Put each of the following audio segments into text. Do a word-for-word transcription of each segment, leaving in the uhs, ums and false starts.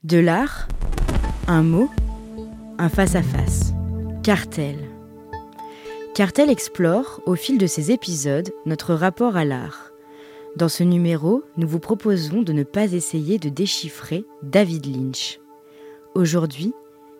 De l'art, un mot, un face-à-face. Cartel. Cartel explore, au fil de ses épisodes, notre rapport à l'art. Dans ce numéro, nous vous proposons de ne pas essayer de déchiffrer David Lynch. Aujourd'hui,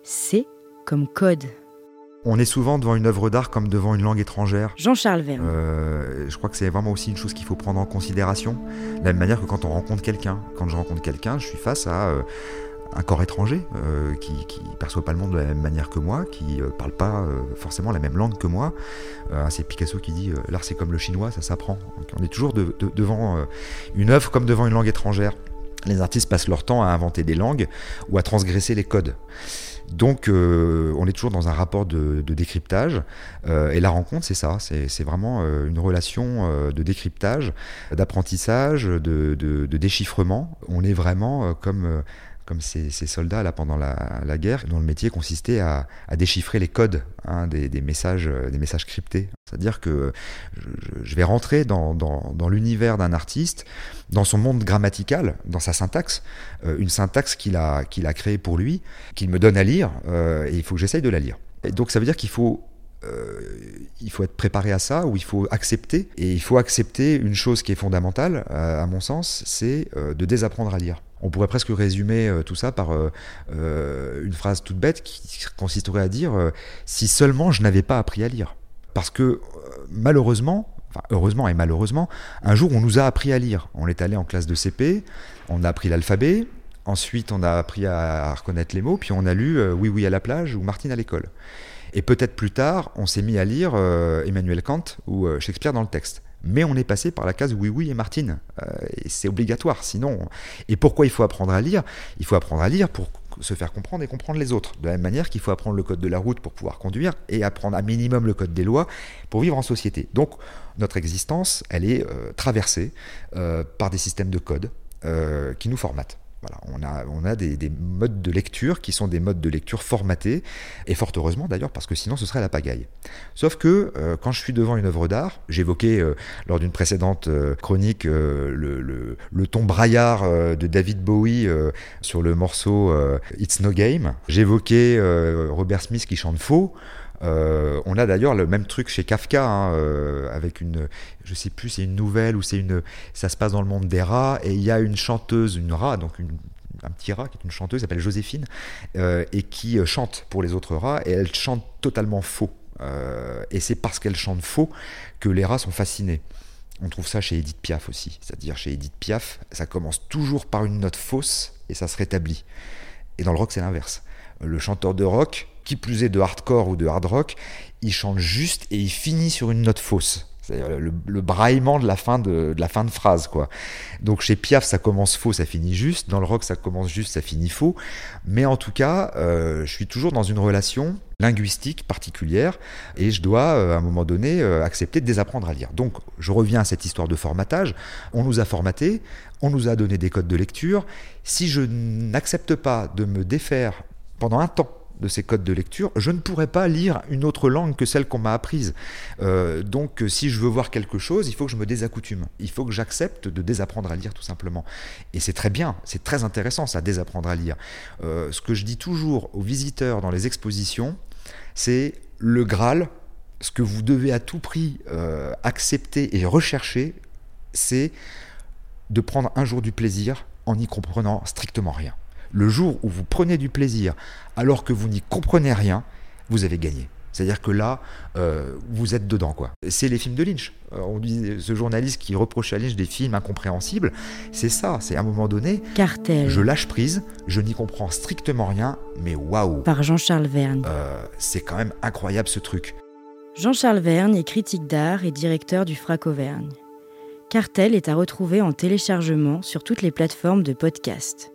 C comme code. On est souvent devant une œuvre d'art comme devant une langue étrangère. Jean-Charles Verne. Euh, je crois que c'est vraiment aussi une chose qu'il faut prendre en considération. De la même manière que quand on rencontre quelqu'un. Quand je rencontre quelqu'un, je suis face à euh, un corps étranger euh, qui ne perçoit pas le monde de la même manière que moi, qui ne euh, parle pas euh, forcément la même langue que moi. Euh, c'est Picasso qui dit euh, « l'art c'est comme le chinois, ça s'apprend ». On est toujours de, de, devant euh, une œuvre comme devant une langue étrangère. Les artistes passent leur temps à inventer des langues ou à transgresser les codes. Donc euh, on est toujours dans un rapport de, de décryptage euh, et la rencontre c'est ça, c'est, c'est vraiment euh, une relation euh, de décryptage, d'apprentissage, de, de, de déchiffrement. On est vraiment euh, comme, euh, comme ces, ces soldats là pendant la, la guerre dont le métier consistait à, à déchiffrer les codes hein, des, des, messages, des messages cryptés. C'est-à-dire que je, je vais rentrer dans, dans, dans l'univers d'un artiste, dans son monde grammatical, dans sa syntaxe, euh, une syntaxe qu'il a, qu'il a créée pour lui, qu'il me donne à lire, euh, et il faut que j'essaye de la lire. Et donc ça veut dire qu'il faut, euh, il faut être préparé à ça, ou il faut accepter, et il faut accepter une chose qui est fondamentale, euh, à mon sens, c'est euh, de désapprendre à lire. On pourrait presque résumer euh, tout ça par euh, euh, une phrase toute bête qui consisterait à dire euh, « si seulement je n'avais pas appris à lire ». Parce que euh, malheureusement, enfin heureusement et malheureusement, un jour on nous a appris à lire. On est allé en classe de C P, on a appris l'alphabet, ensuite on a appris à, à reconnaître les mots, puis on a lu euh, Oui oui à la plage ou Martine à l'école. Et peut-être plus tard, on s'est mis à lire euh, Emmanuel Kant ou euh, Shakespeare dans le texte. Mais on est passé par la case Oui oui et Martine. Euh, et c'est obligatoire, sinon... Et pourquoi il faut apprendre à lire ? Il faut apprendre à lire pour se faire comprendre et comprendre les autres. De la même manière qu'il faut apprendre le code de la route pour pouvoir conduire et apprendre à minimum le code des lois pour vivre en société. Donc notre existence, elle est euh, traversée euh, par des systèmes de code euh, qui nous formatent. Voilà, on a, on a des, des modes de lecture qui sont des modes de lecture formatés, et fort heureusement d'ailleurs, parce que sinon ce serait la pagaille. Sauf que euh, quand je suis devant une œuvre d'art, j'évoquais euh, lors d'une précédente euh, chronique euh, le, le, le ton braillard euh, de David Bowie euh, sur le morceau euh, It's No Game. J'évoquais euh, Robert Smith qui chante faux. Euh, on a d'ailleurs le même truc chez Kafka hein, euh, avec une, je sais plus, c'est une nouvelle ou c'est une, ça se passe dans le monde des rats et il y a une chanteuse, une rat, donc une, un petit rat qui est une chanteuse, s'appelle Joséphine euh, et qui chante pour les autres rats et elle chante totalement faux euh, et c'est parce qu'elle chante faux que les rats sont fascinés. On trouve ça chez Edith Piaf aussi, c'est-à-dire chez Edith Piaf, ça commence toujours par une note fausse et ça se rétablit. Et dans le rock, c'est l'inverse. Le chanteur de rock, qui plus est de hardcore ou de hard rock, il chante juste et il finit sur une note fausse. C'est-à-dire le, le braillement de la, fin de, de la fin de phrase, quoi. Donc chez Piaf, ça commence faux, ça finit juste. Dans le rock, ça commence juste, ça finit faux. Mais en tout cas, euh, je suis toujours dans une relation linguistique particulière et je dois, euh, à un moment donné, euh, accepter de désapprendre à lire. Donc je reviens à cette histoire de formatage. On nous a formatés, on nous a donné des codes de lecture. Si je n'accepte pas de me défaire pendant un temps de ces codes de lecture, je ne pourrais pas lire une autre langue que celle qu'on m'a apprise. Euh, donc si je veux voir quelque chose, il faut que je me désaccoutume. Il faut que j'accepte de désapprendre à lire tout simplement. Et c'est très bien, c'est très intéressant ça, désapprendre à lire. Euh, ce que je dis toujours aux visiteurs dans les expositions, c'est le Graal, ce que vous devez à tout prix euh, accepter et rechercher, c'est de prendre un jour du plaisir en n'y comprenant strictement rien. Le jour où vous prenez du plaisir alors que vous n'y comprenez rien, vous avez gagné. C'est-à-dire que là, euh, vous êtes dedans, quoi. C'est les films de Lynch. Euh, on dit, ce journaliste qui reproche à Lynch des films incompréhensibles, c'est ça, c'est à un moment donné, Cartel. Je lâche prise, je n'y comprends strictement rien, mais waouh. Par Jean-Charles Verne. Euh, c'est quand même incroyable ce truc. Jean-Charles Verne est critique d'art et directeur du Frac Auvergne. Cartel est à retrouver en téléchargement sur toutes les plateformes de podcast.